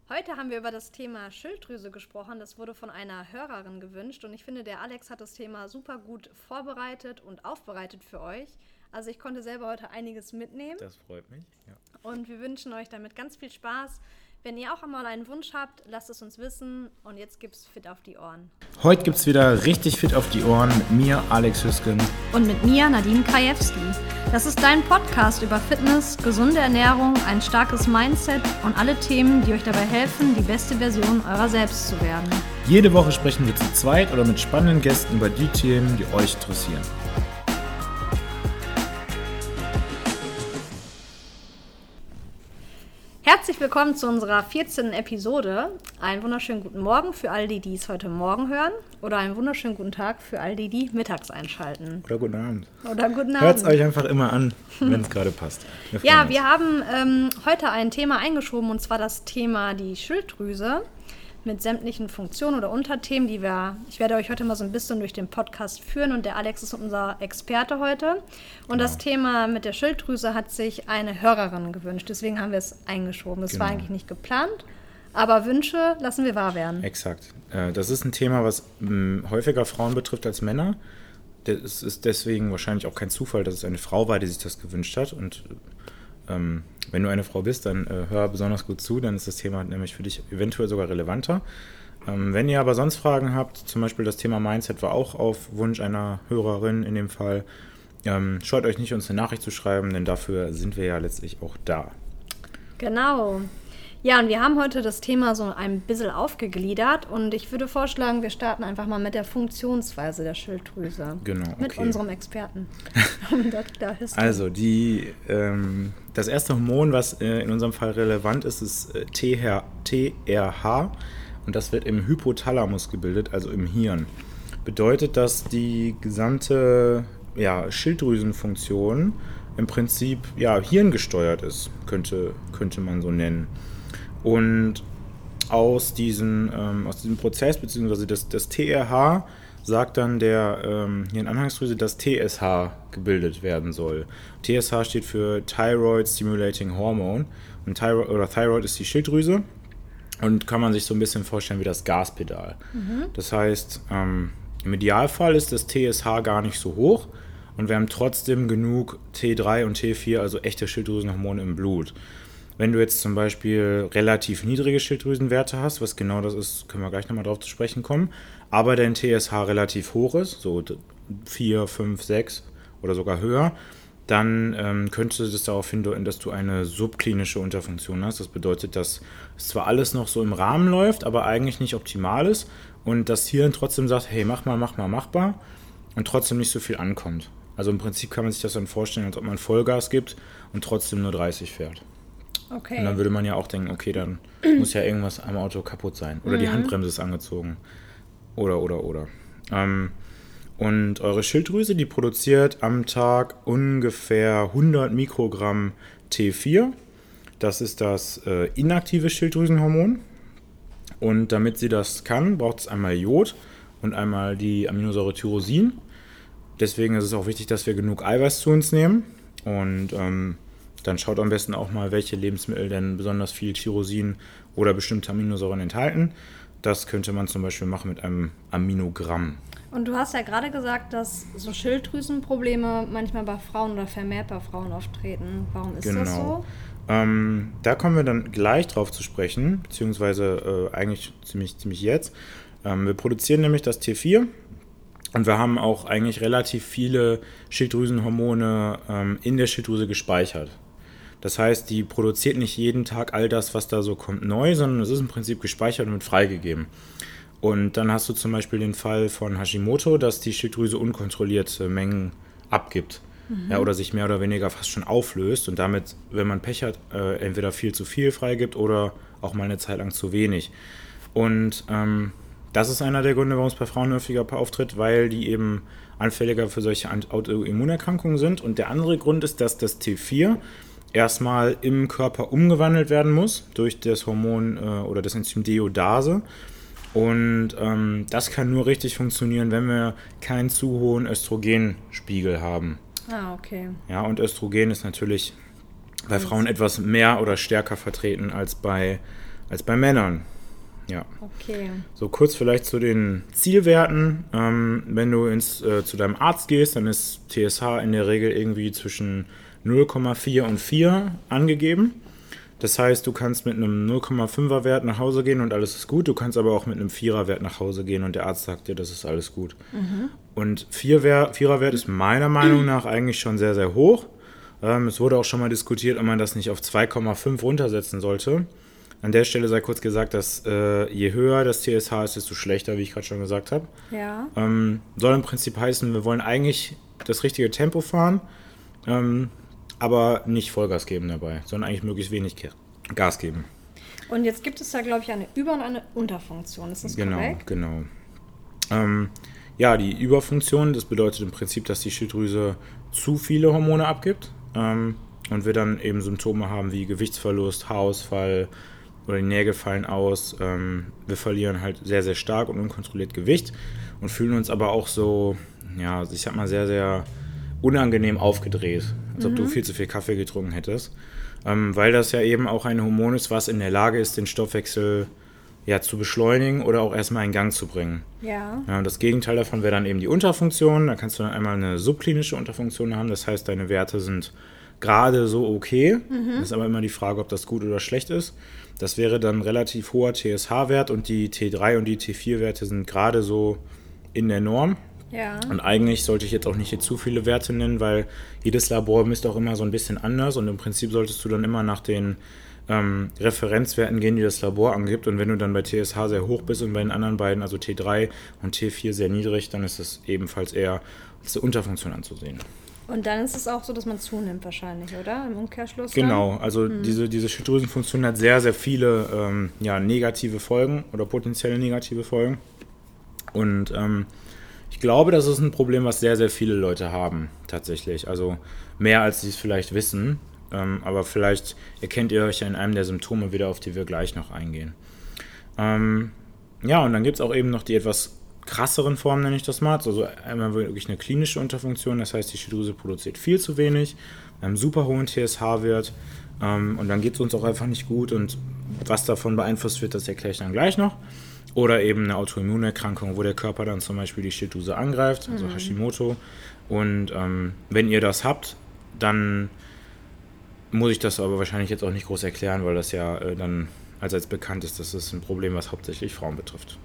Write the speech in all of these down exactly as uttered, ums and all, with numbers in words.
Heute haben wir über das Thema Schilddrüse gesprochen. Das wurde von einer Hörerin gewünscht und ich finde, der Alex hat das Thema super gut vorbereitet und aufbereitet für euch. Also ich konnte selber heute einiges mitnehmen. Das freut mich, ja. Und wir wünschen euch damit ganz viel Spaß. Wenn ihr auch einmal einen Wunsch habt, lasst es uns wissen. Und jetzt gibt's Fit auf die Ohren. Heute gibt's wieder richtig Fit auf die Ohren mit mir, Alex Hüsken. Und mit mir, Nadine Krajewski. Das ist dein Podcast über Fitness, gesunde Ernährung, ein starkes Mindset und alle Themen, die euch dabei helfen, die beste Version eurer selbst zu werden. Jede Woche sprechen wir zu zweit oder mit spannenden Gästen über die Themen, die euch interessieren. Herzlich willkommen zu unserer vierzehnten Episode. Einen wunderschönen guten Morgen für all die, die es heute Morgen hören. Oder einen wunderschönen guten Tag für all die, die mittags einschalten. Oder guten Abend. Oder guten Abend. Hört es euch einfach immer an, wenn es gerade passt. Wir ja, uns. wir haben ähm, heute ein Thema eingeschoben, und zwar das Thema die Schilddrüse mit sämtlichen Funktionen oder Unterthemen, die wir, ich werde euch heute mal so ein bisschen durch den Podcast führen, und der Alex ist unser Experte heute. Und genau. Das Thema mit der Schilddrüse hat sich eine Hörerin gewünscht, deswegen haben wir es eingeschoben. Es genau. war eigentlich nicht geplant, aber Wünsche lassen wir wahr werden. Exakt. Das ist ein Thema, was häufiger Frauen betrifft als Männer. Es ist deswegen wahrscheinlich auch kein Zufall, dass es eine Frau war, die sich das gewünscht hat. Und ähm, wenn du eine Frau bist, dann äh, hör besonders gut zu, dann ist das Thema nämlich für dich eventuell sogar relevanter. Ähm, wenn ihr aber sonst Fragen habt, zum Beispiel das Thema Mindset war auch auf Wunsch einer Hörerin in dem Fall, ähm, scheut euch nicht, uns eine Nachricht zu schreiben, denn dafür sind wir ja letztlich auch da. Genau. Ja, und wir haben heute das Thema so ein bisschen aufgegliedert, und ich würde vorschlagen, wir starten einfach mal mit der Funktionsweise der Schilddrüse. Genau, okay. Mit unserem Experten. Also, die, ähm, das erste Hormon, was äh, in unserem Fall relevant ist, ist äh, T R H, und das wird im Hypothalamus gebildet, also im Hirn. Bedeutet, dass die gesamte ja, Schilddrüsenfunktion im Prinzip ja, hirngesteuert ist, könnte, könnte man so nennen. Und aus, diesen, ähm, aus diesem Prozess, beziehungsweise das, das T R H, sagt dann der ähm, Hirnanhangsdrüse, dass T S H gebildet werden soll. T S H steht für Thyroid Stimulating Hormone. Und Thyroid, oder Thyroid ist die Schilddrüse. Und kann man sich so ein bisschen vorstellen wie das Gaspedal. Mhm. Das heißt, ähm, im Idealfall ist das T S H gar nicht so hoch. Und wir haben trotzdem genug T drei und T vier, also echte Schilddrüsenhormone im Blut. Wenn du jetzt zum Beispiel relativ niedrige Schilddrüsenwerte hast, was genau das ist, können wir gleich nochmal drauf zu sprechen kommen, aber dein T S H relativ hoch ist, so vier, fünf, sechs oder sogar höher, dann ähm, könnte das darauf hindeuten, dass du eine subklinische Unterfunktion hast. Das bedeutet, dass es zwar alles noch so im Rahmen läuft, aber eigentlich nicht optimal ist und das Hirn trotzdem sagt, hey, mach mal, mach mal, machbar, und trotzdem nicht so viel ankommt. Also im Prinzip kann man sich das dann vorstellen, als ob man Vollgas gibt und trotzdem nur dreißig fährt. Okay. Und dann würde man ja auch denken, okay, dann muss ja irgendwas am Auto kaputt sein. Oder mhm. die Handbremse ist angezogen. Oder, oder, oder. Ähm, und eure Schilddrüse, die produziert am Tag ungefähr hundert Mikrogramm T vier. Das ist das äh, inaktive Schilddrüsenhormon. Und damit sie das kann, braucht es einmal Jod und einmal die Aminosäure Tyrosin. Deswegen ist es auch wichtig, dass wir genug Eiweiß zu uns nehmen. Und ähm, dann schaut am besten auch mal, welche Lebensmittel denn besonders viel Tyrosin oder bestimmte Aminosäuren enthalten. Das könnte man zum Beispiel machen mit einem Aminogramm. Und du hast ja gerade gesagt, dass so Schilddrüsenprobleme manchmal bei Frauen oder vermehrt bei Frauen auftreten. Warum ist genau. das so? Ähm, da kommen wir dann gleich drauf zu sprechen, beziehungsweise äh, eigentlich ziemlich, ziemlich jetzt. Ähm, wir produzieren nämlich das T vier. Und wir haben auch eigentlich relativ viele Schilddrüsenhormone ähm, in der Schilddrüse gespeichert. Das heißt, die produziert nicht jeden Tag all das, was da so kommt, neu, sondern es ist im Prinzip gespeichert und wird freigegeben. Und dann hast du zum Beispiel den Fall von Hashimoto, dass die Schilddrüse unkontrollierte Mengen abgibt. Mhm. Ja, oder sich mehr oder weniger fast schon auflöst und damit, wenn man Pech hat, äh, entweder viel zu viel freigibt oder auch mal eine Zeit lang zu wenig. Und ähm, das ist einer der Gründe, warum es bei Frauen häufiger auftritt, weil die eben anfälliger für solche Autoimmunerkrankungen sind. Und der andere Grund ist, dass das T vier erstmal im Körper umgewandelt werden muss durch das Hormon äh, oder das Enzym Deodase. Und ähm, das kann nur richtig funktionieren, wenn wir keinen zu hohen Östrogenspiegel haben. Ah, okay. Ja, und Östrogen ist natürlich bei Frauen etwas mehr oder stärker vertreten als bei als bei Männern. Ja. Okay. So kurz vielleicht zu den Zielwerten. Ähm, wenn du ins, äh, zu deinem Arzt gehst, dann ist T S H in der Regel irgendwie zwischen null Komma vier und vier angegeben. Das heißt, du kannst mit einem null Komma fünfer Wert nach Hause gehen und alles ist gut. Du kannst aber auch mit einem vierer Wert nach Hause gehen und der Arzt sagt dir, das ist alles gut. Mhm. Und vierer Wert ist meiner Meinung nach eigentlich schon sehr, sehr hoch. Ähm, es wurde auch schon mal diskutiert, ob man das nicht auf zwei Komma fünf runtersetzen sollte. An der Stelle sei kurz gesagt, dass äh, je höher das T S H ist, desto schlechter, wie ich gerade schon gesagt habe. Ja. Ähm, soll im Prinzip heißen, wir wollen eigentlich das richtige Tempo fahren, ähm, aber nicht Vollgas geben dabei, sondern eigentlich möglichst wenig Gas geben. Und jetzt gibt es da, glaube ich, eine Über- und eine Unterfunktion. Ist das genau, korrekt? Genau, genau. Ähm, ja, die Überfunktion, das bedeutet im Prinzip, dass die Schilddrüse zu viele Hormone abgibt ähm, und wir dann eben Symptome haben wie Gewichtsverlust, Haarausfall, oder die Nägel fallen aus. Ähm, wir verlieren halt sehr, sehr stark und unkontrolliert Gewicht und fühlen uns aber auch so, ja, ich sag mal, sehr, sehr unangenehm aufgedreht, als ob mhm. du viel zu viel Kaffee getrunken hättest. Ähm, weil das ja eben auch ein Hormon ist, was in der Lage ist, den Stoffwechsel ja, zu beschleunigen oder auch erstmal in Gang zu bringen. Ja. Ja, und das Gegenteil davon wäre dann eben die Unterfunktion. Da kannst du dann einmal eine subklinische Unterfunktion haben, das heißt, deine Werte sind gerade so okay. Mhm. Das ist aber immer die Frage, ob das gut oder schlecht ist. Das wäre dann relativ hoher T S H-Wert und die T drei und die T vier Werte sind gerade so in der Norm. Ja. Und eigentlich sollte ich jetzt auch nicht hier zu viele Werte nennen, weil jedes Labor misst auch immer so ein bisschen anders und im Prinzip solltest du dann immer nach den ähm, Referenzwerten gehen, die das Labor angibt. Und wenn du dann bei T S H sehr hoch bist und bei den anderen beiden, also T drei und T vier sehr niedrig, dann ist es ebenfalls eher als eine Unterfunktion anzusehen. Und dann ist es auch so, dass man zunimmt wahrscheinlich, oder? Im Umkehrschluss dann? Genau, also hm. diese, diese Schilddrüsenfunktion hat sehr, sehr viele ähm, ja, negative Folgen oder potenzielle negative Folgen. Und ähm, ich glaube, das ist ein Problem, was sehr, sehr viele Leute haben, tatsächlich. Also mehr, als sie es vielleicht wissen. Ähm, aber vielleicht erkennt ihr euch ja in einem der Symptome wieder, auf die wir gleich noch eingehen. Ähm, ja, und dann gibt es auch eben noch die etwas krasseren Formen, nenne ich das mal. Also einmal wirklich eine klinische Unterfunktion, das heißt, die Schilddrüse produziert viel zu wenig, einem super hohen T S H-Wert ähm, und dann geht es uns auch einfach nicht gut und was davon beeinflusst wird, das erkläre ich dann gleich noch. Oder eben eine Autoimmunerkrankung, wo der Körper dann zum Beispiel die Schilddrüse angreift, also mhm. Hashimoto. Und ähm, wenn ihr das habt, dann muss ich das aber wahrscheinlich jetzt auch nicht groß erklären, weil das ja äh, dann allseits bekannt ist, dass das ein Problem, was hauptsächlich Frauen betrifft.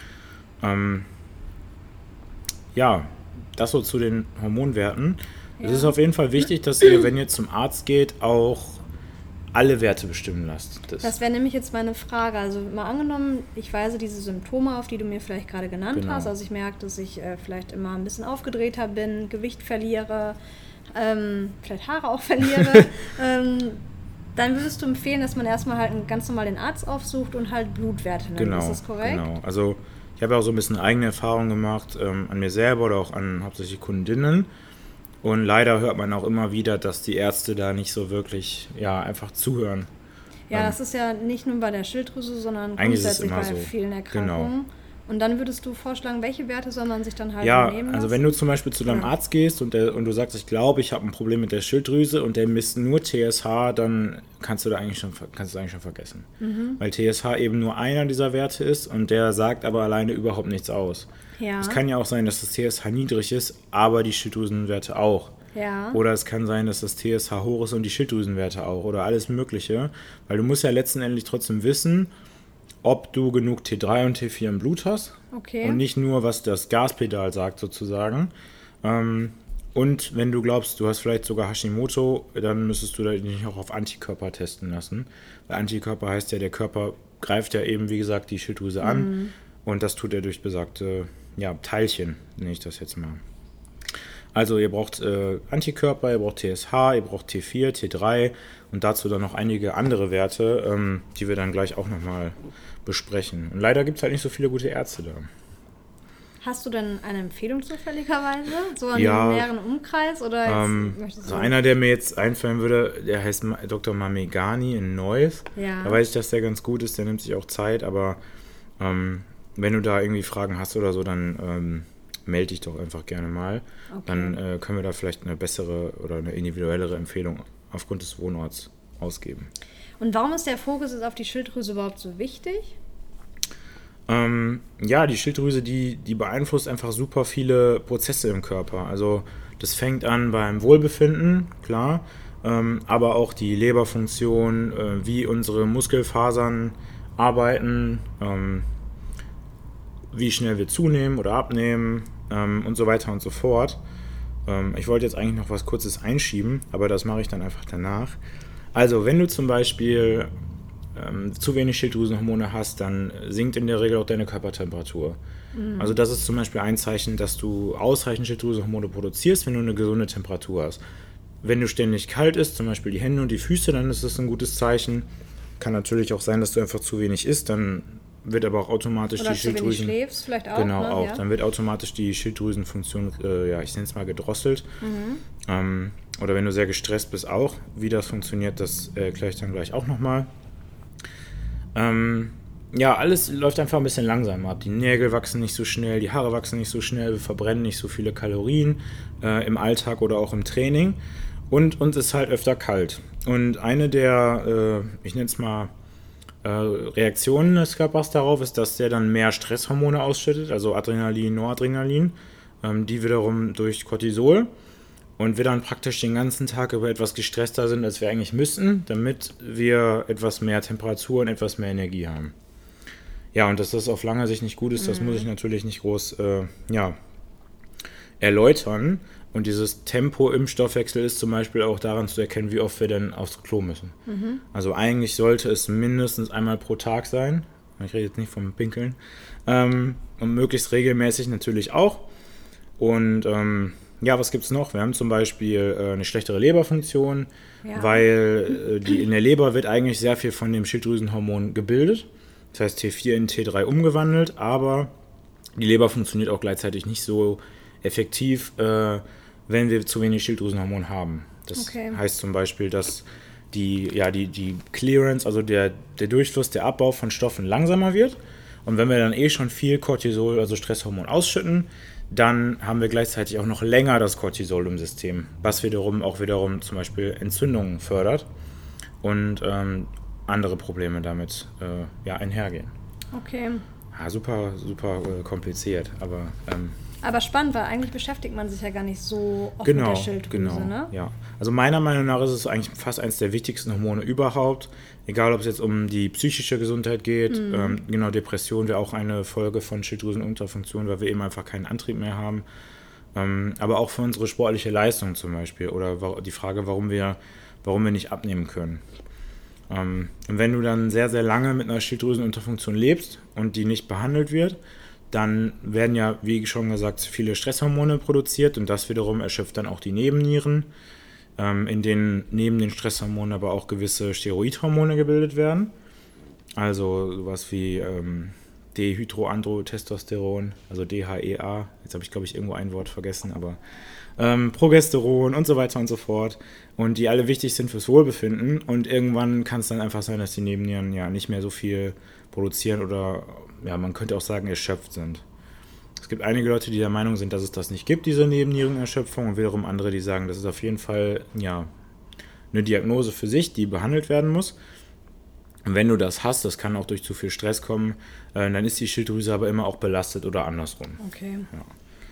Ähm, ja, das so zu den Hormonwerten. Ja. Es ist auf jeden Fall wichtig, dass ihr, wenn ihr zum Arzt geht, auch alle Werte bestimmen lasst. Das, das wäre nämlich jetzt meine Frage. Also mal angenommen, ich weise diese Symptome auf, die du mir vielleicht gerade genannt genau. hast. Also ich merke, dass ich äh, vielleicht immer ein bisschen aufgedrehter bin, Gewicht verliere, ähm, vielleicht Haare auch verliere. ähm, dann würdest du empfehlen, dass man erstmal halt ganz normal den Arzt aufsucht und halt Blutwerte nimmt. Genau, ist das korrekt? Genau, also ich habe auch so ein bisschen eigene Erfahrungen gemacht, ähm, an mir selber oder auch an hauptsächlich Kundinnen. Und leider hört man auch immer wieder, dass die Ärzte da nicht so wirklich, ja, einfach zuhören. Ja, ähm, das ist ja nicht nur bei der Schilddrüse, sondern grundsätzlich bei so. vielen Erkrankungen. Genau. Und dann würdest du vorschlagen, welche Werte soll man sich dann halt ja, nehmen lassen? Also wenn du zum Beispiel zu deinem ja. Arzt gehst und, der, und du sagst, ich glaube, ich habe ein Problem mit der Schilddrüse und der misst nur T S H, dann kannst du da eigentlich schon, kannst du eigentlich schon vergessen. Mhm. Weil T S H eben nur einer dieser Werte ist und der sagt aber alleine überhaupt nichts aus. Ja. Es kann ja auch sein, dass das T S H niedrig ist, aber die Schilddrüsenwerte auch. Ja. Oder es kann sein, dass das T S H hoch ist und die Schilddrüsenwerte auch. Oder alles Mögliche. Weil du musst ja letztendlich trotzdem wissen, ob du genug T drei und T vier im Blut hast. Okay. Und nicht nur, was das Gaspedal sagt sozusagen. Ähm, und wenn du glaubst, du hast vielleicht sogar Hashimoto, dann müsstest du dich auch auf Antikörper testen lassen. Weil Antikörper heißt ja, der Körper greift ja eben, wie gesagt, die Schilddrüse an. Mhm. Und das tut er durch besagte ja, Teilchen, nenne ich das jetzt mal. Also ihr braucht äh, Antikörper, ihr braucht T S H, ihr braucht T vier, T drei und dazu dann noch einige andere Werte, ähm, die wir dann gleich auch nochmal besprechen. Und leider gibt es halt nicht so viele gute Ärzte da. Hast du denn eine Empfehlung zufälligerweise? So einen ja, näheren Umkreis? Oder jetzt ähm, möchtest du so einer, der mir jetzt einfallen würde, der heißt Doktor Mamegani in Neuss. Ja. Da weiß ich, dass der ganz gut ist, der nimmt sich auch Zeit, aber ähm, wenn du da irgendwie Fragen hast oder so, dann ähm, melde dich doch einfach gerne mal. Okay. Dann äh, können wir da vielleicht eine bessere oder eine individuellere Empfehlung aufgrund des Wohnorts ausgeben. Und warum ist der Fokus jetzt auf die Schilddrüse überhaupt so wichtig? Ähm, ja, die Schilddrüse, die, die beeinflusst einfach super viele Prozesse im Körper. Also das fängt an beim Wohlbefinden, klar, ähm, aber auch die Leberfunktion, äh, wie unsere Muskelfasern arbeiten, ähm, wie schnell wir zunehmen oder abnehmen ähm, und so weiter und so fort. Ähm, ich wollte jetzt eigentlich noch was Kurzes einschieben, aber das mache ich dann einfach danach. Also, wenn du zum Beispiel ähm, zu wenig Schilddrüsenhormone hast, dann sinkt in der Regel auch deine Körpertemperatur. Mhm. Also das ist zum Beispiel ein Zeichen, dass du ausreichend Schilddrüsenhormone produzierst, wenn du eine gesunde Temperatur hast. Wenn du ständig kalt isst, zum Beispiel die Hände und die Füße, dann ist das ein gutes Zeichen. Kann natürlich auch sein, dass du einfach zu wenig isst, dann wird aber auch automatisch Oder die Schilddrüsen... Oder zu wenig schläfst vielleicht auch. Genau, ne? auch. Ja. Dann wird automatisch die Schilddrüsenfunktion, äh, ja, ich nenne es mal gedrosselt. Mhm. Ähm, oder wenn du sehr gestresst bist auch. Wie das funktioniert, das äh, erkläre ich dann gleich auch nochmal. Ähm, ja, alles läuft einfach ein bisschen langsamer ab. Die Nägel wachsen nicht so schnell, die Haare wachsen nicht so schnell, wir verbrennen nicht so viele Kalorien äh, im Alltag oder auch im Training. Und uns ist halt öfter kalt. Und eine der, äh, ich nenne es mal, äh, Reaktionen des Körpers darauf ist, dass der dann mehr Stresshormone ausschüttet, also Adrenalin, Noradrenalin, ähm, die wiederum durch Cortisol. Und wir dann praktisch den ganzen Tag über etwas gestresster sind, als wir eigentlich müssten, damit wir etwas mehr Temperatur und etwas mehr Energie haben. Ja, und dass das auf lange Sicht nicht gut ist, das mhm. muss ich natürlich nicht groß äh, ja, erläutern. Und dieses Tempo im Stoffwechsel ist zum Beispiel auch daran zu erkennen, wie oft wir denn aufs Klo müssen. Mhm. Also eigentlich sollte es mindestens einmal pro Tag sein. Ich rede jetzt nicht vom Pinkeln. Ähm, und möglichst regelmäßig natürlich auch. Und ähm, ja, was gibt es noch? Wir haben zum Beispiel äh, eine schlechtere Leberfunktion, ja. weil äh, die, in der Leber wird eigentlich sehr viel von dem Schilddrüsenhormon gebildet. Das heißt T vier in T drei umgewandelt, aber die Leber funktioniert auch gleichzeitig nicht so effektiv, äh, wenn wir zu wenig Schilddrüsenhormon haben. Das okay. heißt zum Beispiel, dass die, ja, die, die Clearance, also der, der Durchfluss, der Abbau von Stoffen langsamer wird. Und wenn wir dann eh schon viel Cortisol, also Stresshormon, ausschütten, dann haben wir gleichzeitig auch noch länger das Cortisol im System, was wiederum auch wiederum zum Beispiel Entzündungen fördert und ähm, andere Probleme damit äh, ja, einhergehen. Okay. Ja, super, super äh, kompliziert, aber... Ähm, aber spannend, weil eigentlich beschäftigt man sich ja gar nicht so oft genau, mit der Schilddrüse, genau, ne? Ja. Also meiner Meinung nach ist es eigentlich fast eines der wichtigsten Hormone überhaupt. Egal, ob es jetzt um die psychische Gesundheit geht. Mhm. Ähm, genau, Depression wäre auch eine Folge von Schilddrüsenunterfunktion, weil wir eben einfach keinen Antrieb mehr haben. Ähm, aber auch für unsere sportliche Leistung zum Beispiel. Oder die Frage, warum wir, warum wir nicht abnehmen können. Ähm, und wenn du dann sehr, sehr lange mit einer Schilddrüsenunterfunktion lebst und die nicht behandelt wird, dann werden ja, wie schon gesagt, viele Stresshormone produziert und das wiederum erschöpft dann auch die Nebennieren, ähm, in denen neben den Stresshormonen aber auch gewisse Steroidhormone gebildet werden. Also sowas wie ähm, Dehydroandrotestosteron, also D H E A, jetzt habe ich glaube ich irgendwo ein Wort vergessen, aber ähm, Progesteron und so weiter und so fort. Und die alle wichtig sind fürs Wohlbefinden und irgendwann kann es dann einfach sein, dass die Nebennieren ja nicht mehr so viel produzieren oder ja, man könnte auch sagen, erschöpft sind. Es gibt einige Leute, die der Meinung sind, dass es das nicht gibt, diese Nebennierenerschöpfung, und wiederum andere, die sagen, das ist auf jeden Fall ja, eine Diagnose für sich, die behandelt werden muss. Und wenn du das hast, das kann auch durch zu viel Stress kommen, äh, dann ist die Schilddrüse aber immer auch belastet oder andersrum. Okay. Ja.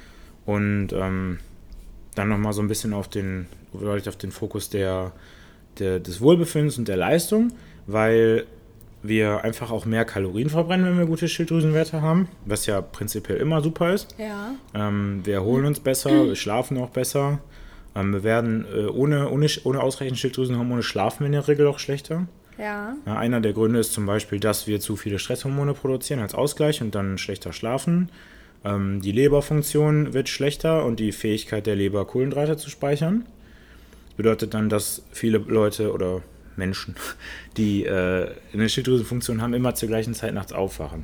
Und ähm, dann nochmal so ein bisschen auf den, auf den Fokus der, der, des Wohlbefindens und der Leistung, weil wir einfach auch mehr Kalorien verbrennen, wenn wir gute Schilddrüsenwerte haben, was ja prinzipiell immer super ist. Ja. Ähm, wir erholen uns besser, wir schlafen auch besser. Ähm, wir werden äh, ohne, ohne, ohne ausreichend Schilddrüsenhormone schlafen wir in der Regel auch schlechter. Ja. Ja, einer der Gründe ist zum Beispiel, dass wir zu viele Stresshormone produzieren als Ausgleich und dann schlechter schlafen. Ähm, die Leberfunktion wird schlechter und die Fähigkeit der Leber, Kohlenhydrate zu speichern. Das bedeutet dann, dass viele Leute oder Menschen, die äh, eine Schilddrüsenfunktion haben, immer zur gleichen Zeit nachts aufwachen.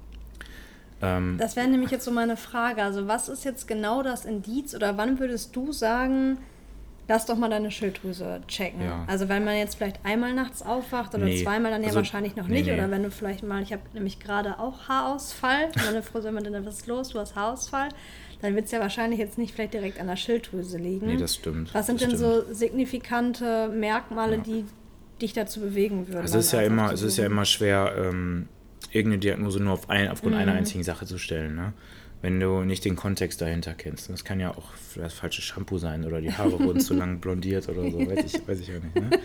Ähm, das wäre nämlich jetzt so meine Frage. Also was ist jetzt genau das Indiz oder wann würdest du sagen, lass doch mal deine Schilddrüse checken? Ja. Also wenn man jetzt vielleicht einmal nachts aufwacht oder nee. zweimal, dann ja also, wahrscheinlich noch nicht. Nee, nee. Oder wenn du vielleicht mal, ich habe nämlich gerade auch Haarausfall. Meine Frau sagt immer, dann was ist los, du hast Haarausfall. Dann wird es ja wahrscheinlich jetzt nicht vielleicht direkt an der Schilddrüse liegen. Nee, das stimmt. Was sind das denn stimmt. so signifikante Merkmale, ja. die dich dazu bewegen würden. Also es ist ja immer, es ist ja immer schwer, ähm, irgendeine Diagnose nur auf ein, aufgrund mhm. einer einzigen Sache zu stellen, ne? Wenn du nicht den Kontext dahinter kennst. Das kann ja auch das falsche Shampoo sein oder die Haare wurden zu lang blondiert oder so, weiß ich, weiß ich ja nicht. Ne?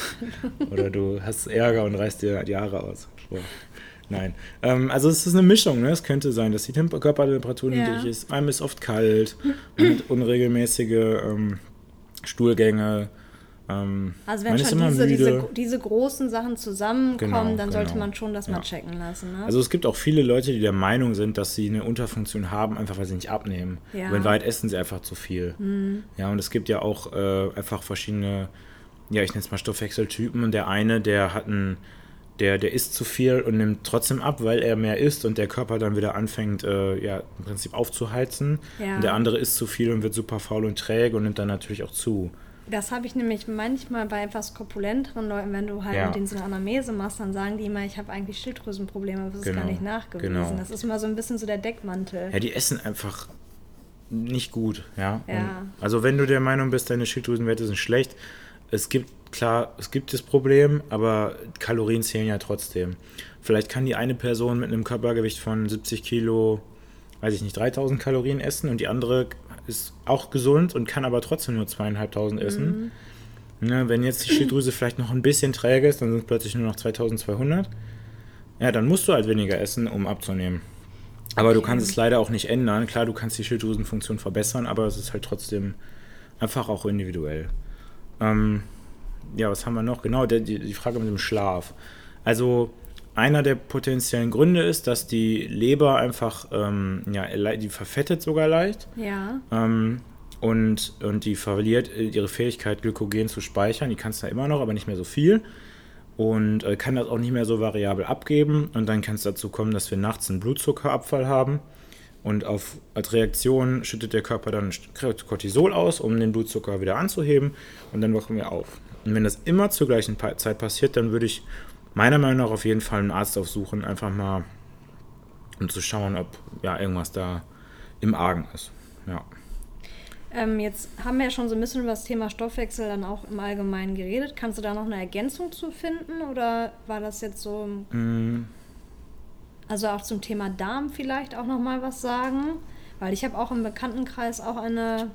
Oder du hast Ärger und reißt dir die Haare aus. So. Nein. Ähm, also es ist eine Mischung. Ne? Es könnte sein, dass die Temp- Körpertemperatur ja. niedrig ist. Einem ist oft kalt, man hat unregelmäßige ähm, Stuhlgänge. Ähm, also wenn schon diese, diese, diese großen Sachen zusammenkommen, genau, dann genau. sollte man schon das ja. mal checken lassen. Ne? Also es gibt auch viele Leute, die der Meinung sind, dass sie eine Unterfunktion haben, einfach weil sie nicht abnehmen. Ja. Aber in Wahrheit essen sie einfach zu viel. Mhm. Ja, und es gibt ja auch äh, einfach verschiedene, ja, ich nenne es mal Stoffwechseltypen. Und der eine, der hat einen, der, der isst zu viel und nimmt trotzdem ab, weil er mehr isst und der Körper dann wieder anfängt, äh, ja, im Prinzip aufzuheizen. Ja. Und der andere isst zu viel und wird super faul und träge und nimmt dann natürlich auch zu. Das habe ich nämlich manchmal bei etwas korpulenteren Leuten, wenn du halt ja. mit denen so eine Anamnese machst, dann sagen die immer, ich habe eigentlich Schilddrüsenprobleme, aber das genau. ist gar nicht nachgewiesen. Genau. Das ist immer so ein bisschen so der Deckmantel. Ja, die essen einfach nicht gut. Ja? Ja. Also wenn du der Meinung bist, deine Schilddrüsenwerte sind schlecht, es gibt, klar, es gibt das Problem, aber Kalorien zählen ja trotzdem. Vielleicht kann die eine Person mit einem Körpergewicht von siebzig Kilo, weiß ich nicht, dreitausend Kalorien essen und die andere ist auch gesund und kann aber trotzdem nur zweieinhalbtausend essen. Mhm. Ja, wenn jetzt die Schilddrüse vielleicht noch ein bisschen träge ist, dann sind es plötzlich nur noch zweitausendzweihundert. Ja, dann musst du halt weniger essen, um abzunehmen. Aber okay. du kannst es leider auch nicht ändern. Klar, du kannst die Schilddrüsenfunktion verbessern, aber es ist halt trotzdem einfach auch individuell. Ähm, ja, was haben wir noch? Genau, die, die Frage mit dem Schlaf. Also einer der potenziellen Gründe ist, dass die Leber einfach, ähm, ja, die verfettet sogar leicht. Ja. Ähm, und, und die verliert ihre Fähigkeit, Glykogen zu speichern. Die kann es da immer noch, aber nicht mehr so viel. Und äh, kann das auch nicht mehr so variabel abgeben. Und dann kann es dazu kommen, dass wir nachts einen Blutzuckerabfall haben. Und auf, als Reaktion schüttet der Körper dann Cortisol aus, um den Blutzucker wieder anzuheben. Und dann wachen wir auf. Und wenn das immer zur gleichen Zeit passiert, dann würde ich meiner Meinung nach auf jeden Fall einen Arzt aufsuchen, einfach mal, um zu schauen, ob ja irgendwas da im Argen ist. Ja. Ähm, jetzt haben wir ja schon so ein bisschen über das Thema Stoffwechsel dann auch im Allgemeinen geredet. Kannst du da noch eine Ergänzung zu finden oder war das jetzt so, mm. also auch zum Thema Darm vielleicht auch nochmal was sagen? Weil ich habe auch im Bekanntenkreis auch eine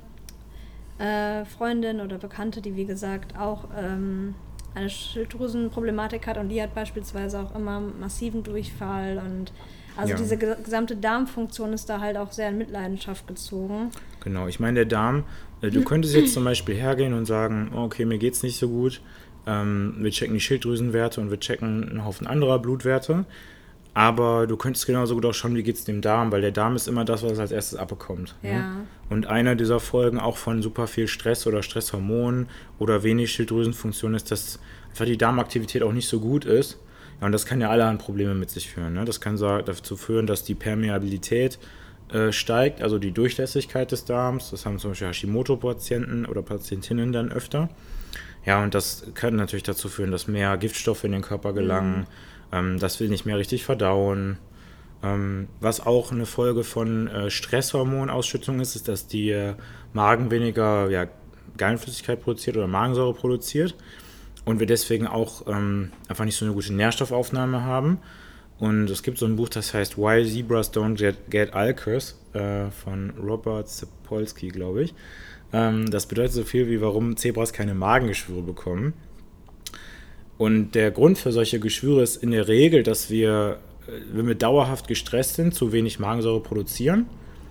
äh, Freundin oder Bekannte, die wie gesagt auch ähm, eine Schilddrüsenproblematik hat und die hat beispielsweise auch immer massiven Durchfall und also ja. diese gesamte Darmfunktion ist da halt auch sehr in Mitleidenschaft gezogen. Genau, ich meine der Darm, du könntest jetzt zum Beispiel hergehen und sagen, okay, mir geht's nicht so gut, ähm, wir checken die Schilddrüsenwerte und wir checken einen Haufen anderer Blutwerte, aber du könntest genauso gut auch schauen, wie geht's dem Darm, weil der Darm ist immer das, was als erstes abbekommt. Ja. Ne? Und einer dieser Folgen auch von super viel Stress oder Stresshormonen oder wenig Schilddrüsenfunktion ist, dass einfach die Darmaktivität auch nicht so gut ist. Ja, und das kann ja allerhand Probleme mit sich führen. Ne? Das kann so dazu führen, dass die Permeabilität äh, steigt, also die Durchlässigkeit des Darms. Das haben zum Beispiel Hashimoto-Patienten oder Patientinnen dann öfter. Ja, und das kann natürlich dazu führen, dass mehr Giftstoffe in den Körper gelangen, mhm. ähm, dass wir nicht mehr richtig verdauen. Ähm, was auch eine Folge von äh, Stresshormonausschüttung ist, ist, dass die äh, Magen weniger ja, Gallenflüssigkeit produziert oder Magensäure produziert. Und wir deswegen auch ähm, einfach nicht so eine gute Nährstoffaufnahme haben. Und es gibt so ein Buch, das heißt Why Zebras Don't Get, get Ulcers äh, von Robert Sapolsky, glaube ich. Ähm, das bedeutet so viel wie, warum Zebras keine Magengeschwüre bekommen. Und der Grund für solche Geschwüre ist in der Regel, dass wir, wenn wir dauerhaft gestresst sind, zu wenig Magensäure produzieren.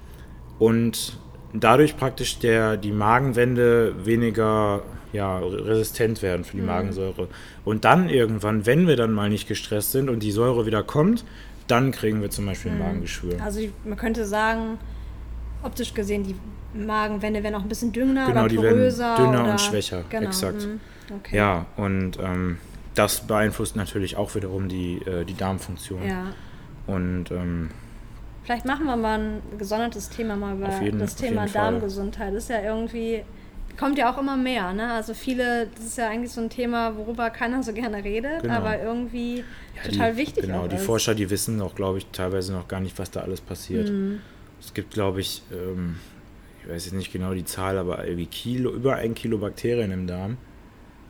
Und dadurch praktisch der, die Magenwände weniger ja, resistent werden für die mhm. Magensäure. Und dann irgendwann, wenn wir dann mal nicht gestresst sind und die Säure wieder kommt, dann kriegen wir zum Beispiel mhm. ein Magengeschwür. Also die, man könnte sagen, optisch gesehen, die Magenwände werden auch ein bisschen dünner genau, oder die poröser. Werden dünner oder, und schwächer, genau, exakt. Mhm. Okay. Ja, und ähm, das beeinflusst natürlich auch wiederum die, äh, die Darmfunktion. Ja. Und ähm, vielleicht machen wir mal ein gesondertes Thema mal über jeden, das Thema Darmgesundheit. Das ist ja irgendwie, kommt ja auch immer mehr, ne? Also viele, das ist ja eigentlich so ein Thema, worüber keiner so gerne redet, genau. aber irgendwie ja, total die, wichtig genau, auch die ist. Forscher, die wissen auch, glaube ich, teilweise noch gar nicht, was da alles passiert. Mhm. Es gibt, glaube ich, ähm, ich weiß jetzt nicht genau die Zahl, aber irgendwie Kilo, über ein Kilo Bakterien im Darm.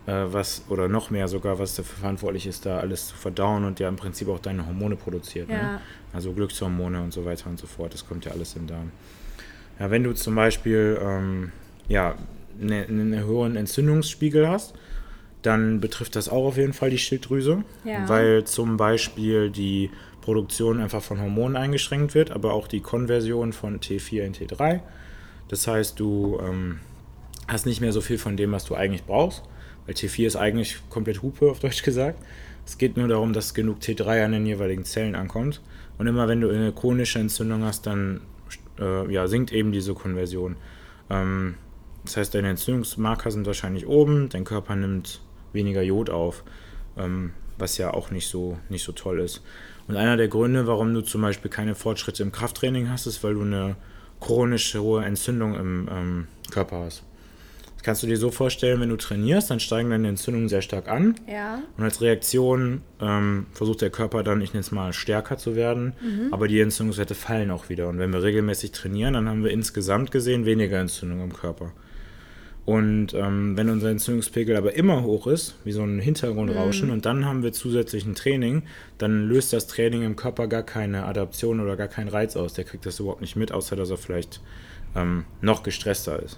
äh, was, oder noch mehr sogar, was dafür verantwortlich ist, da alles zu verdauen und ja im Prinzip auch deine Hormone produziert. Ja. Ne? Also Glückshormone und so weiter und so fort, das kommt ja alles im Darm. Ja, wenn du zum Beispiel ähm, ja, ne, einen höheren Entzündungsspiegel hast, dann betrifft das auch auf jeden Fall die Schilddrüse, ja. weil zum Beispiel die Produktion einfach von Hormonen eingeschränkt wird, aber auch die Konversion von T vier in T drei. Das heißt, du ähm, hast nicht mehr so viel von dem, was du eigentlich brauchst, weil T vier ist eigentlich komplett Hupe, auf Deutsch gesagt. Es geht nur darum, dass genug T drei an den jeweiligen Zellen ankommt. Und immer wenn du eine chronische Entzündung hast, dann äh, ja, sinkt eben diese Konversion. Ähm, das heißt, deine Entzündungsmarker sind wahrscheinlich oben, dein Körper nimmt weniger Jod auf, ähm, was ja auch nicht so, nicht so toll ist. Und einer der Gründe, warum du zum Beispiel keine Fortschritte im Krafttraining hast, ist, weil du eine chronische hohe Entzündung im ähm, Körper hast. Das kannst du dir so vorstellen, wenn du trainierst, dann steigen deine Entzündungen sehr stark an. Ja. Und als Reaktion ähm, versucht der Körper dann, ich nenne es mal, stärker zu werden, mhm. aber die Entzündungswerte fallen auch wieder. Und wenn wir regelmäßig trainieren, dann haben wir insgesamt gesehen weniger Entzündung im Körper. Und ähm, wenn unser Entzündungspegel aber immer hoch ist, wie so ein Hintergrundrauschen, mm. und dann haben wir zusätzlich ein Training, dann löst das Training im Körper gar keine Adaption oder gar keinen Reiz aus. Der kriegt das überhaupt nicht mit, außer dass er vielleicht ähm, noch gestresster ist.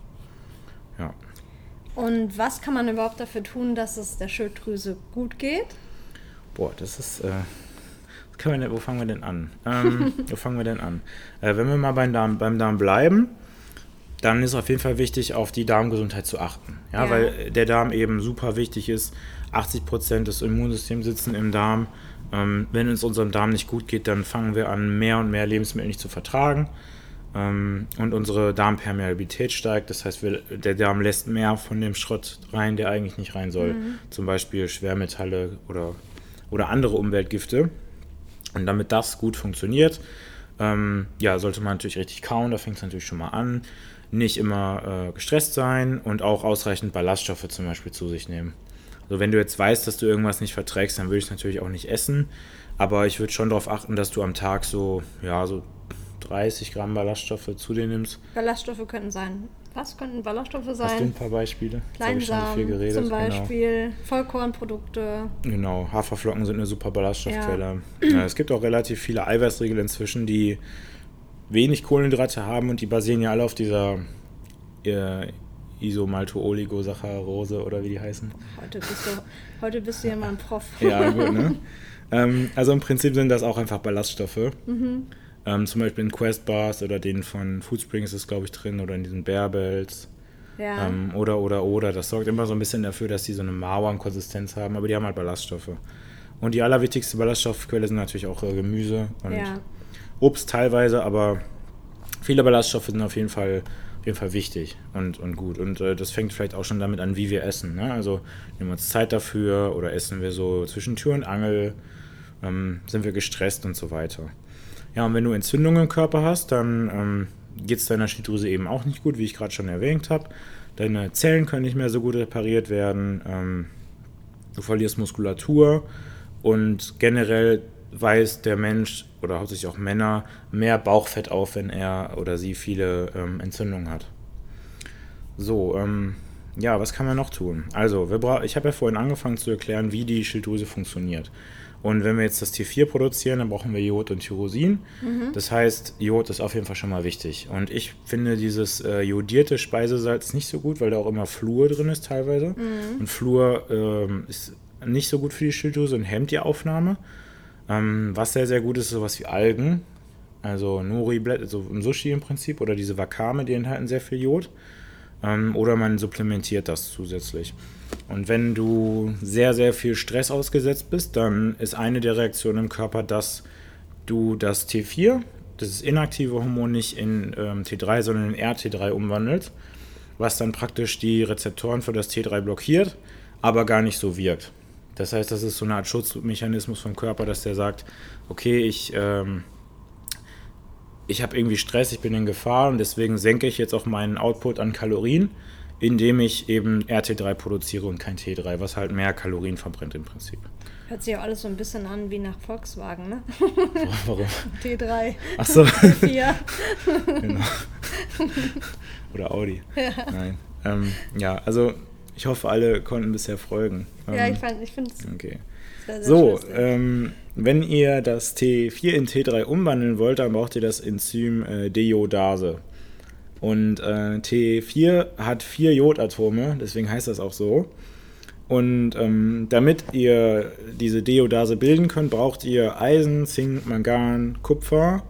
Ja. Und was kann man überhaupt dafür tun, dass es der Schilddrüse gut geht? Boah, das ist... Äh, das kann man nicht, wo fangen wir denn an? Ähm, wo fangen wir denn an? Äh, wenn wir mal beim Darm, beim Darm bleiben, dann ist auf jeden Fall wichtig, auf die Darmgesundheit zu achten. Ja, ja. Weil der Darm eben super wichtig ist. achtzig Prozent des Immunsystems sitzen im Darm. Ähm, wenn es unserem Darm nicht gut geht, dann fangen wir an, mehr und mehr Lebensmittel nicht zu vertragen. Ähm, und unsere Darmpermeabilität steigt. Das heißt, wir, der Darm lässt mehr von dem Schrott rein, der eigentlich nicht rein soll. Mhm. Zum Beispiel Schwermetalle oder, oder andere Umweltgifte. Und damit das gut funktioniert, ähm, ja, sollte man natürlich richtig kauen. Da fängt es natürlich schon mal an. Nicht immer äh, gestresst sein und auch ausreichend Ballaststoffe zum Beispiel zu sich nehmen. Also wenn du jetzt weißt, dass du irgendwas nicht verträgst, dann würde ich es natürlich auch nicht essen, aber ich würde schon darauf achten, dass du am Tag so, ja, so dreißig Gramm Ballaststoffe zu dir nimmst. Ballaststoffe könnten sein. Was könnten Ballaststoffe sein? Hast du ein paar Beispiele? Kleinsamen, viel geredet. Zum Beispiel genau. Vollkornprodukte. Genau, Haferflocken sind eine super Ballaststoffquelle. Ja. Ja, es gibt auch relativ viele Eiweißriegel inzwischen, die wenig Kohlenhydrate haben und die basieren ja alle auf dieser äh, Isomalto-Oligosaccharose oder wie die heißen. Heute bist du, heute bist du ja mal ein Prof. Ja, gut, ne? ähm, also im Prinzip sind das auch einfach Ballaststoffe. Mhm. Ähm, zum Beispiel in Quest Bars oder den von Foodsprings ist, glaube ich, drin oder in diesen Bearbells. Ja. Ähm, oder, oder, oder. Das sorgt immer so ein bisschen dafür, dass die so eine Mauernkonsistenz haben, aber die haben halt Ballaststoffe. Und die allerwichtigste Ballaststoffquelle sind natürlich auch äh, Gemüse und ja. Obst teilweise, aber viele Ballaststoffe sind auf jeden Fall, auf jeden Fall wichtig und, und gut. Und äh, das fängt vielleicht auch schon damit an, wie wir essen. Ne? Also nehmen wir uns Zeit dafür oder essen wir so zwischen Tür und Angel, ähm, sind wir gestresst und so weiter. Ja, und wenn du Entzündungen im Körper hast, dann ähm, geht es deiner Schilddrüse eben auch nicht gut, wie ich gerade schon erwähnt habe. Deine Zellen können nicht mehr so gut repariert werden, ähm, du verlierst Muskulatur und generell weist der Mensch oder hauptsächlich auch Männer mehr Bauchfett auf, wenn er oder sie viele ähm, Entzündungen hat. So, ähm, ja, was kann man noch tun? Also, wir bra- ich habe ja vorhin angefangen zu erklären, wie die Schilddrüse funktioniert. Und wenn wir jetzt das T vier produzieren, dann brauchen wir Jod und Tyrosin. Mhm. Das heißt, Jod ist auf jeden Fall schon mal wichtig. Und ich finde dieses äh, jodierte Speisesalz nicht so gut, weil da auch immer Fluor drin ist teilweise. Mhm. Und Fluor ähm, ist nicht so gut für die Schilddrüse und hemmt die Aufnahme. Ähm, was sehr, sehr gut ist, ist sowas wie Algen, also Nori-Blätter, so im Sushi im Prinzip, oder diese Wakame, die enthalten sehr viel Jod. Ähm, oder man supplementiert das zusätzlich. Und wenn du sehr, sehr viel Stress ausgesetzt bist, dann ist eine der Reaktionen im Körper, dass du das T vier, das inaktive Hormon, nicht in ähm, T drei, sondern in R T drei umwandelst, was dann praktisch die Rezeptoren für das T drei blockiert, aber gar nicht so wirkt. Das heißt, das ist so eine Art Schutzmechanismus vom Körper, dass der sagt, okay, ich, ähm, ich habe irgendwie Stress, ich bin in Gefahr und deswegen senke ich jetzt auch meinen Output an Kalorien, indem ich eben R T drei produziere und kein T drei, was halt mehr Kalorien verbrennt im Prinzip. Hört sich auch alles so ein bisschen an wie nach Volkswagen, ne? Warum? T drei. Ach so. T vier. Genau. Oder Audi. Ja. Nein. Ähm, ja, also ich hoffe, alle konnten bisher folgen. Ja, ähm, ich, fand, ich finde es okay. sehr, sehr So, ähm, wenn ihr das T vier in T drei umwandeln wollt, dann braucht ihr das Enzym äh, Deiodase. Und äh, T vier hat vier Jodatome, deswegen heißt das auch so. Und ähm, damit ihr diese Deiodase bilden könnt, braucht ihr Eisen, Zink, Mangan, Kupfer,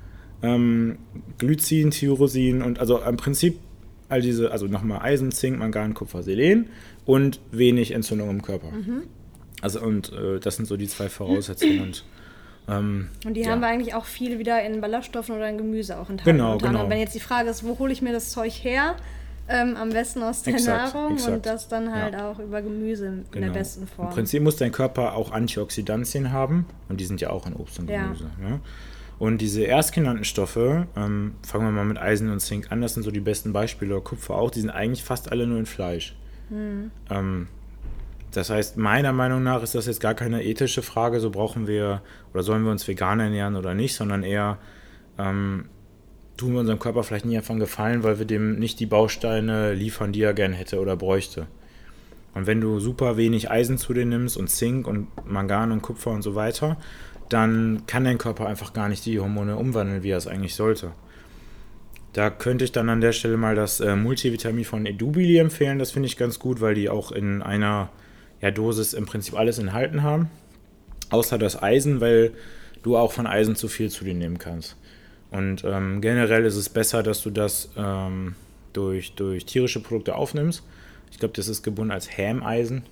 ähm, Glycin, Tyrosin und also im Prinzip all diese, also nochmal Eisen, Zink, Mangan, Kupfer, Selen und wenig Entzündung im Körper. Mhm. Also und äh, das sind so die zwei Voraussetzungen. Und, ähm, und die ja. haben wir eigentlich auch viel wieder in Ballaststoffen oder in Gemüse auch enthalten. Genau, genau. Wenn jetzt die Frage ist, wo hole ich mir das Zeug her? Ähm, am besten aus der exakt, Nahrung exakt. Und das dann halt ja. auch über Gemüse in genau. der besten Form. Im Prinzip muss dein Körper auch Antioxidantien haben und die sind ja auch in Obst und Gemüse. Ja. Ne? Und diese erstgenannten Stoffe, ähm, fangen wir mal mit Eisen und Zink an, das sind so die besten Beispiele, oder Kupfer auch, die sind eigentlich fast alle nur in Fleisch. Hm. Ähm, das heißt, meiner Meinung nach ist das jetzt gar keine ethische Frage, so brauchen wir, oder sollen wir uns vegan ernähren oder nicht, sondern eher ähm, tun wir unserem Körper vielleicht nie einfach einen Gefallen, weil wir dem nicht die Bausteine liefern, die er gern hätte oder bräuchte. Und wenn du super wenig Eisen zu dir nimmst und Zink und Mangan und Kupfer und so weiter, dann kann dein Körper einfach gar nicht die Hormone umwandeln, wie er es eigentlich sollte. Da könnte ich dann an der Stelle mal das äh, Multivitamin von Edubili empfehlen. Das finde ich ganz gut, weil die auch in einer ja, Dosis im Prinzip alles enthalten haben. Außer das Eisen, weil du auch von Eisen zu viel zu dir nehmen kannst. Und ähm, generell ist es besser, dass du das ähm, durch, durch tierische Produkte aufnimmst. Ich glaube, das ist gebunden als Hämeisen.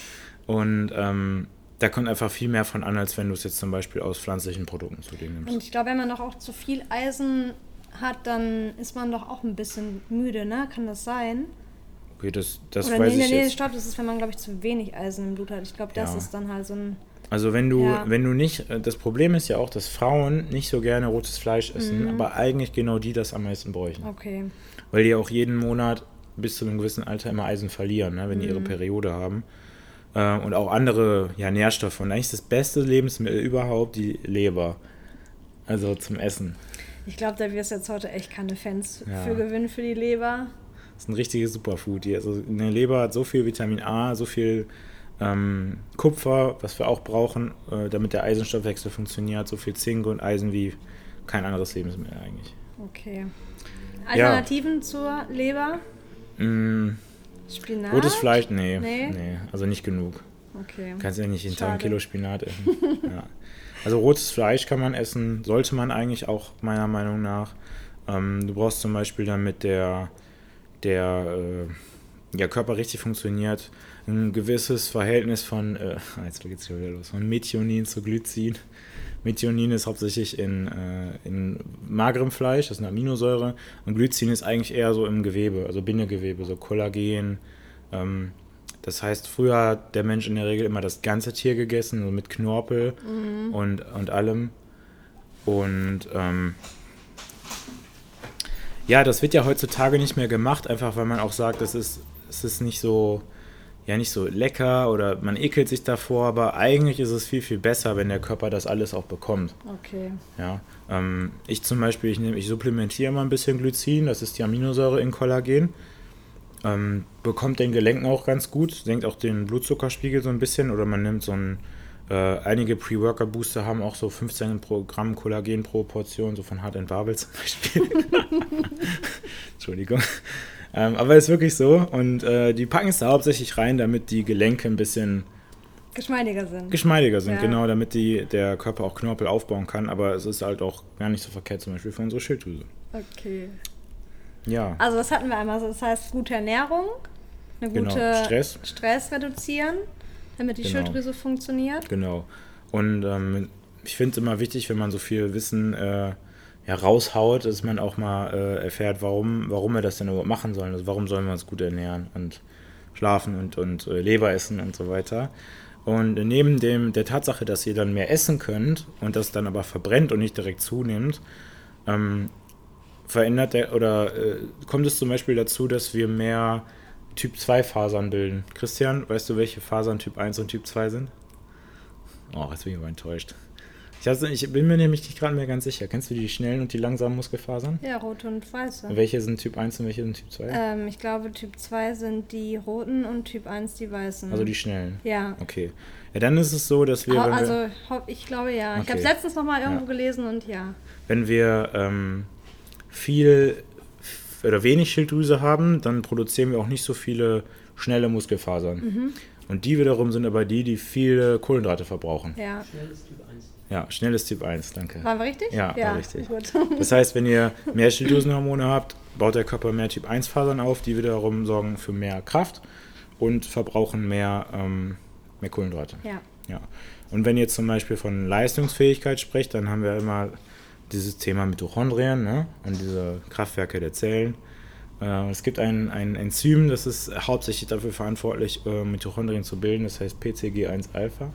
Und ähm, da kommt einfach viel mehr von an, als wenn du es jetzt zum Beispiel aus pflanzlichen Produkten zu dir nimmst. Und ich glaube, wenn man doch auch zu viel Eisen hat, dann ist man doch auch ein bisschen müde, ne? Kann das sein? Okay, das, das Oder weiß nee, ich nee, jetzt. Nee, stopp, das ist, wenn man, glaube ich, zu wenig Eisen im Blut hat. Ich glaube, das Ja. ist dann halt so ein... Also wenn du, ja. wenn du nicht, das Problem ist ja auch, dass Frauen nicht so gerne rotes Fleisch essen, mhm. aber eigentlich genau die das am meisten bräuchten. Okay. Weil die auch jeden Monat bis zu einem gewissen Alter immer Eisen verlieren, ne, wenn die mhm. ihre Periode haben. Äh, und auch andere ja, Nährstoffe. Und eigentlich das beste Lebensmittel überhaupt, die Leber. Also zum Essen. Ich glaube, da wirst du jetzt heute echt keine Fans ja. für gewinnen für die Leber. Das ist ein richtiges Superfood. Die, also eine Leber hat so viel Vitamin A, so viel ähm, Kupfer, was wir auch brauchen, äh, damit der Eisenstoffwechsel funktioniert, so viel Zink und Eisen wie kein anderes Lebensmittel eigentlich. Okay. Alternativen ja. zur Leber? Mm, Spinat? Rotes Fleisch? Nee, nee. nee. Also nicht genug. Okay. Kannst ja nicht jeden Tag ein Kilo Spinat essen. ja. Also rotes Fleisch kann man essen, sollte man eigentlich auch meiner Meinung nach. Ähm, du brauchst zum Beispiel, damit der, der äh, ja, Körper richtig funktioniert, ein gewisses Verhältnis von, äh, jetzt geht's schon wieder los, von Methionin zu Glycin. Methionin ist hauptsächlich in, äh, in magerem Fleisch, das ist eine Aminosäure, und Glycin ist eigentlich eher so im Gewebe, also Bindegewebe, so Kollagen. Ähm, das heißt, früher hat der Mensch in der Regel immer das ganze Tier gegessen, so mit Knorpel mhm. und, und allem. Und ähm, ja, das wird ja heutzutage nicht mehr gemacht, einfach weil man auch sagt, das ist, es ist nicht so, ja, nicht so lecker oder man ekelt sich davor, aber eigentlich ist es viel, viel besser, wenn der Körper das alles auch bekommt. Okay. Ja, ähm, ich zum Beispiel, ich, nehm, ich supplementiere mal ein bisschen Glycin, das ist die Aminosäure in Kollagen. Ähm, bekommt den Gelenken auch ganz gut, senkt auch den Blutzuckerspiegel so ein bisschen oder man nimmt so ein, äh, einige Pre-Workout-Booster haben auch so fünfzehn Gramm Kollagen pro Portion, so von Hart and Wabel zum Beispiel. Entschuldigung. Ähm, aber ist wirklich so und äh, die packen es da hauptsächlich rein, damit die Gelenke ein bisschen geschmeidiger sind. Geschmeidiger sind, ja. genau, damit die, der Körper auch Knorpel aufbauen kann, aber es ist halt auch gar nicht so verkehrt, zum Beispiel für unsere Schilddrüse. Okay. Ja. Also das hatten wir einmal, das heißt gute Ernährung, eine gute genau. Stress. Stress reduzieren, damit die genau. Schilddrüse funktioniert. Genau. Und ähm, ich finde es immer wichtig, wenn man so viel Wissen äh, ja, raushaut, dass man auch mal äh, erfährt, warum, warum wir das denn überhaupt machen sollen. Also warum sollen wir uns gut ernähren und schlafen und, und äh, Leber essen und so weiter. Und neben dem, der Tatsache, dass ihr dann mehr essen könnt und das dann aber verbrennt und nicht direkt zunimmt, ähm, verändert der, oder äh, kommt es zum Beispiel dazu, dass wir mehr Typ zwei Fasern bilden. Christian, weißt du, welche Fasern Typ eins und Typ zwei sind? Oh, jetzt bin ich aber enttäuscht. Ich, also, ich bin mir nämlich nicht gerade mehr ganz sicher. Kennst du die schnellen und die langsamen Muskelfasern? Ja, rote und weiße. Welche sind Typ eins und welche sind Typ zwei? Ähm, ich glaube, Typ zwei sind die roten und Typ eins die weißen. Also die schnellen? Ja. Okay. Ja, dann ist es so, dass wir... Also, wir, ich glaube, ja. Okay. Ich habe es letztens noch mal irgendwo ja. gelesen und ja. Wenn wir ähm, viel oder wenig Schilddrüse haben, dann produzieren wir auch nicht so viele schnelle Muskelfasern. Mhm. Und die wiederum sind aber die, die viele Kohlenhydrate verbrauchen. Ja. Schnelles Typ eins. Ja, schnelles Typ eins, danke. Waren wir richtig? Ja, ja war richtig. Gut. Das heißt, wenn ihr mehr Schilddrüsenhormone habt, baut der Körper mehr Typ eins Fasern auf, die wiederum sorgen für mehr Kraft und verbrauchen mehr, ähm, mehr Kohlenhydrate. Ja. Ja. Und wenn ihr zum Beispiel von Leistungsfähigkeit sprecht, dann haben wir immer dieses Thema Mitochondrien, ne? Und diese Kraftwerke der Zellen. Äh, es gibt ein, ein Enzym, das ist hauptsächlich dafür verantwortlich, äh, Mitochondrien zu bilden, das heißt P C G eins Alpha.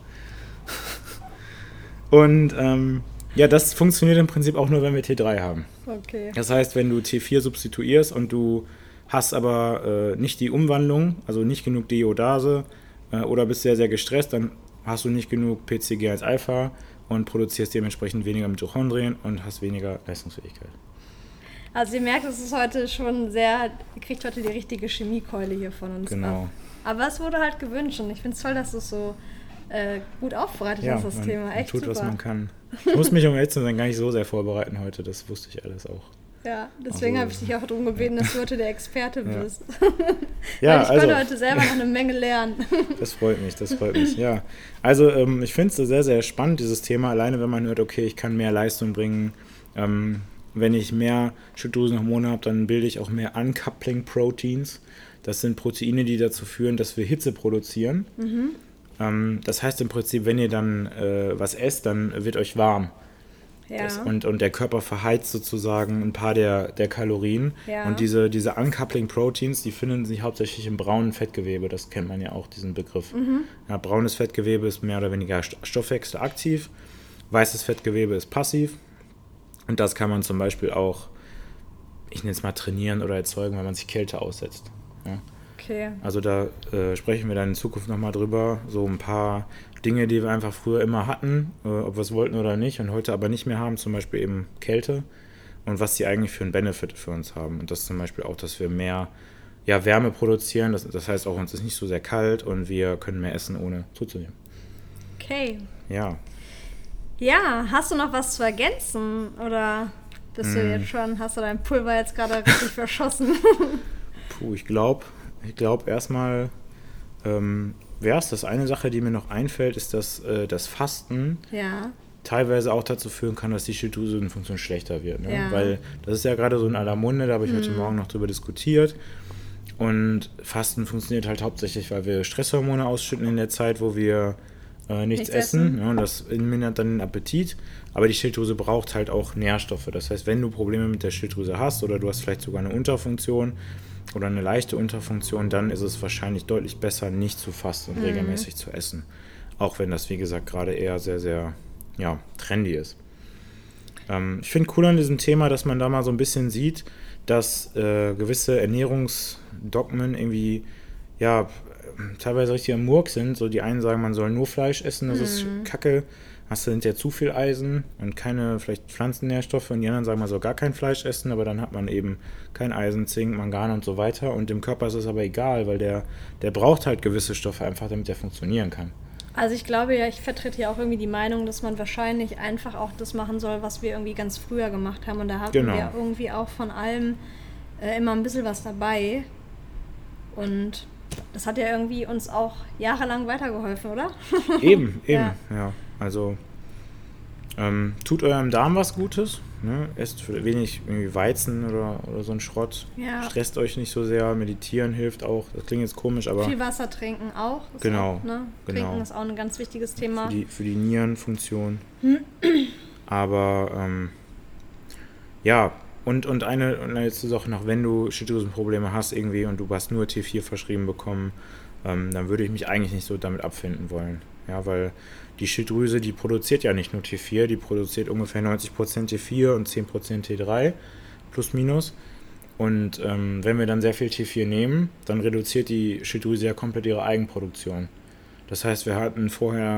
Und ähm, ja, das funktioniert im Prinzip auch nur, wenn wir T drei haben. Okay. Das heißt, wenn du T vier substituierst und du hast aber äh, nicht die Umwandlung, also nicht genug Diiodase äh, oder bist sehr, sehr gestresst, dann hast du nicht genug P C G eins Alpha und produzierst dementsprechend weniger Mitochondrien und hast weniger Leistungsfähigkeit. Also ihr merkt, es ist heute schon sehr, ihr kriegt heute die richtige Chemiekeule hier von uns. Genau. Ab. Aber es wurde halt gewünscht und ich finde es toll, dass du es so äh, gut aufbereitet Ja, hast, das man, Thema. man Echt tut, super. was man kann. Ich muss mich, um ehrlich zu sein, gar nicht so sehr vorbereiten heute, das wusste ich alles auch. Ja, deswegen Also, habe ich dich auch darum gebeten, dass du heute der Experte Ja. bist. Ja, Weil ich also, konnte heute selber noch eine Menge lernen. Das freut mich, das freut mich, ja. Also ähm, ich finde es sehr, sehr spannend, dieses Thema, alleine wenn man hört, okay, ich kann mehr Leistung bringen. Ähm, wenn ich mehr Schilddrüsenhormone habe, dann bilde ich auch mehr Uncoupling Proteins. Das sind Proteine, die dazu führen, dass wir Hitze produzieren. Mhm. Ähm, das heißt im Prinzip, wenn ihr dann äh, was esst, dann wird euch warm. Ja. Das, und, und der Körper verheizt sozusagen ein paar der, der Kalorien. Ja. Und diese, diese Uncoupling Proteins, die finden sich hauptsächlich im braunen Fettgewebe. Das kennt man ja auch, diesen Begriff. Mhm. Ja, braunes Fettgewebe ist mehr oder weniger stoffwechselaktiv. Weißes Fettgewebe ist passiv. Und das kann man zum Beispiel auch, ich nenne es mal trainieren oder erzeugen, wenn man sich Kälte aussetzt. Ja. Okay. Also da äh, sprechen wir dann in Zukunft nochmal drüber. So ein paar Dinge, die wir einfach früher immer hatten, äh, ob wir es wollten oder nicht, und heute aber nicht mehr haben, zum Beispiel eben Kälte und was die eigentlich für einen Benefit für uns haben. Und das zum Beispiel auch, dass wir mehr ja, Wärme produzieren, das, das heißt auch, uns ist nicht so sehr kalt und wir können mehr essen, ohne zuzunehmen. Okay. Ja. Ja, hast du noch was zu ergänzen oder bist mm. du jetzt schon, hast du dein Pulver jetzt gerade richtig verschossen? Puh, ich glaube, ich glaube erstmal ähm, wäre es das. Eine Sache, die mir noch einfällt, ist, dass äh, das Fasten ja. teilweise auch dazu führen kann, dass die Schilddrüsenfunktion schlechter wird. Ne? Ja. Weil das ist ja gerade so in aller Munde, da habe ich mm. heute Morgen noch drüber diskutiert. Und Fasten funktioniert halt hauptsächlich, weil wir Stresshormone ausschütten in der Zeit, wo wir äh, nichts, nichts essen. essen. Ja, und das mindert dann den Appetit. Aber die Schilddrüse braucht halt auch Nährstoffe. Das heißt, wenn du Probleme mit der Schilddrüse hast oder du hast vielleicht sogar eine Unterfunktion oder eine leichte Unterfunktion, dann ist es wahrscheinlich deutlich besser, nicht zu fasten und mhm. regelmäßig zu essen. Auch wenn das, wie gesagt, gerade eher sehr, sehr ja, trendy ist. Ähm, ich finde cool an diesem Thema, dass man da mal so ein bisschen sieht, dass äh, gewisse Ernährungsdogmen irgendwie ja teilweise richtig am Murk sind. So die einen sagen, man soll nur Fleisch essen, das mhm. ist Kacke. Hast du hinterher zu viel Eisen und keine vielleicht Pflanzennährstoffe, und die anderen sagen, man soll gar kein Fleisch essen, aber dann hat man eben kein Eisen, Zink, Mangan und so weiter, und dem Körper ist es aber egal, weil der, der braucht halt gewisse Stoffe einfach, damit er funktionieren kann. Also ich glaube ja, ich vertrete ja auch irgendwie die Meinung, dass man wahrscheinlich einfach auch das machen soll, was wir irgendwie ganz früher gemacht haben, und da hatten genau. wir irgendwie auch von allem äh, immer ein bisschen was dabei, und das hat ja irgendwie uns auch jahrelang weitergeholfen, oder? Eben, eben, ja. ja. Also ähm, tut eurem Darm was Gutes, ne? Esst wenig irgendwie Weizen oder, oder so ein Schrott. Ja. Stresst euch nicht so sehr, meditieren hilft auch. Das klingt jetzt komisch, aber... Viel Wasser trinken auch. Ist genau, auch, ne? genau. Trinken ist auch ein ganz wichtiges Thema. Für die, für die Nierenfunktion. Aber ähm, ja, und, und eine, eine letzte Sache noch, wenn du Schilddrüsenprobleme hast irgendwie und du hast nur T vier verschrieben bekommen, ähm, dann würde ich mich eigentlich nicht so damit abfinden wollen. Ja, weil die Schilddrüse, die produziert ja nicht nur T vier, die produziert ungefähr neunzig Prozent T vier und zehn Prozent T drei, plus minus. Und ähm, wenn wir dann sehr viel T vier nehmen, dann reduziert die Schilddrüse ja komplett ihre Eigenproduktion. Das heißt, wir hatten vorher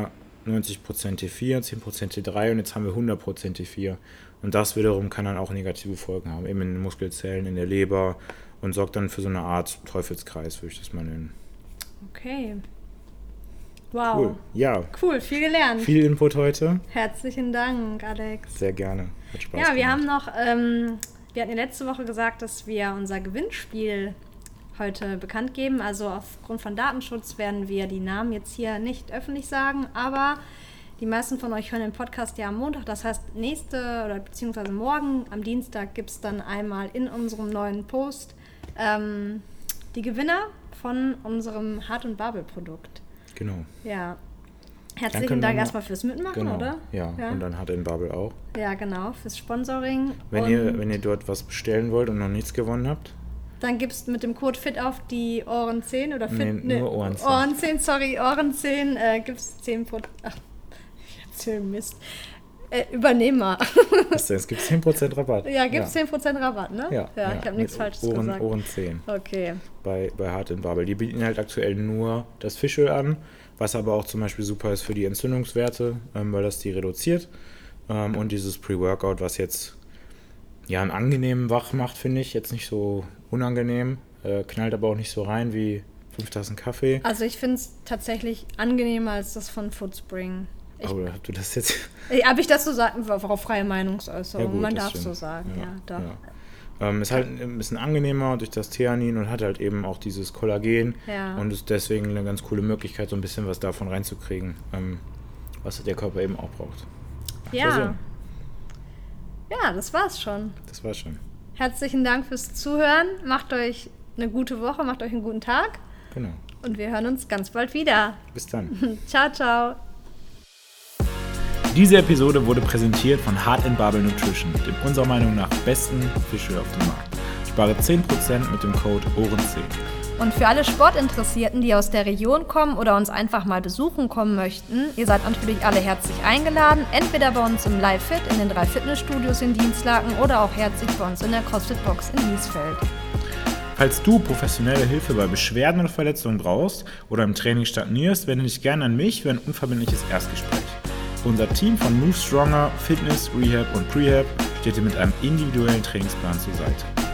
neunzig Prozent T vier, zehn Prozent T drei und jetzt haben wir hundert Prozent T vier. Und das wiederum kann dann auch negative Folgen haben, eben in den Muskelzellen, in der Leber und sorgt dann für so eine Art Teufelskreis, würde ich das mal nennen. Okay. Wow. Cool, ja. Cool, viel gelernt. Viel Input heute. Herzlichen Dank, Alex. Sehr gerne, hat Spaß Ja, wir gemacht. haben noch, ähm, wir hatten ja letzte Woche gesagt, dass wir unser Gewinnspiel heute bekannt geben. Also aufgrund von Datenschutz werden wir die Namen jetzt hier nicht öffentlich sagen, aber die meisten von euch hören den Podcast ja am Montag. Das heißt, nächste oder beziehungsweise morgen am Dienstag gibt es dann einmal in unserem neuen Post ähm, die Gewinner von unserem Hart und Babel Produkt. Genau. Ja. Herzlichen Dank wir erstmal fürs Mitmachen, genau. oder? Ja. ja, und dann Hart in Babel auch. Ja, genau, fürs Sponsoring. Wenn und ihr, wenn ihr dort was bestellen wollt und noch nichts gewonnen habt, dann gibst mit dem Code FIT auf die Ohren zehn oder FIT, nee, ne, nur Ohren zehn. Ohren zehn, sorry, Ohren zehn, äh, gibt's zehn Prozent, ach, ich erzähl Mist, äh, Übernehmer. Es gibt zehn Prozent Rabatt. Ja, gibt's ja. zehn Prozent Rabatt, ne? Ja, ja, ja ich habe nichts Falsches Ohren, gesagt. Ohren zehn. Okay. Bei, bei Hart in Babel. Die bieten halt aktuell nur das Fischöl an, was aber auch zum Beispiel super ist für die Entzündungswerte, ähm, weil das die reduziert. Ähm, und dieses Pre-Workout, was jetzt ja einen angenehmen Wach macht, finde ich. Jetzt nicht so unangenehm, äh, knallt aber auch nicht so rein wie fünf Tassen Kaffee. Also ich finde es tatsächlich angenehmer als das von Foodspring. Ich, Aber habt du das jetzt... Habe ich das so sagen? Worauf freie Meinungsäußerung? Ja, gut, Man das darf stimmt. so sagen, ja, Ja, doch. ja. Ähm, ist halt ein bisschen angenehmer durch das Theanin und hat halt eben auch dieses Kollagen Ja. und ist deswegen eine ganz coole Möglichkeit, so ein bisschen was davon reinzukriegen, ähm, was der Körper eben auch braucht. Ja. So, Ja, das war's schon. das war's schon. Herzlichen Dank fürs Zuhören. Macht euch eine gute Woche, macht euch einen guten Tag Genau. und wir hören uns ganz bald wieder. Bis dann. Ciao, ciao. Diese Episode wurde präsentiert von Hart in Babel Nutrition, dem unserer Meinung nach besten Fischöl auf dem Markt. Spare zehn Prozent mit dem Code Ohren zehn. Und für alle Sportinteressierten, die aus der Region kommen oder uns einfach mal besuchen kommen möchten, ihr seid natürlich alle herzlich eingeladen, entweder bei uns im Live-Fit in den drei Fitnessstudios in Dienstlaken oder auch herzlich bei uns in der CrossFit-Box in Liesfeld. Falls du professionelle Hilfe bei Beschwerden oder Verletzungen brauchst oder im Training stagnierst, wende dich gerne an mich für ein unverbindliches Erstgespräch. Unser Team von Move Stronger, Fitness, Rehab und Prehab steht dir mit einem individuellen Trainingsplan zur Seite.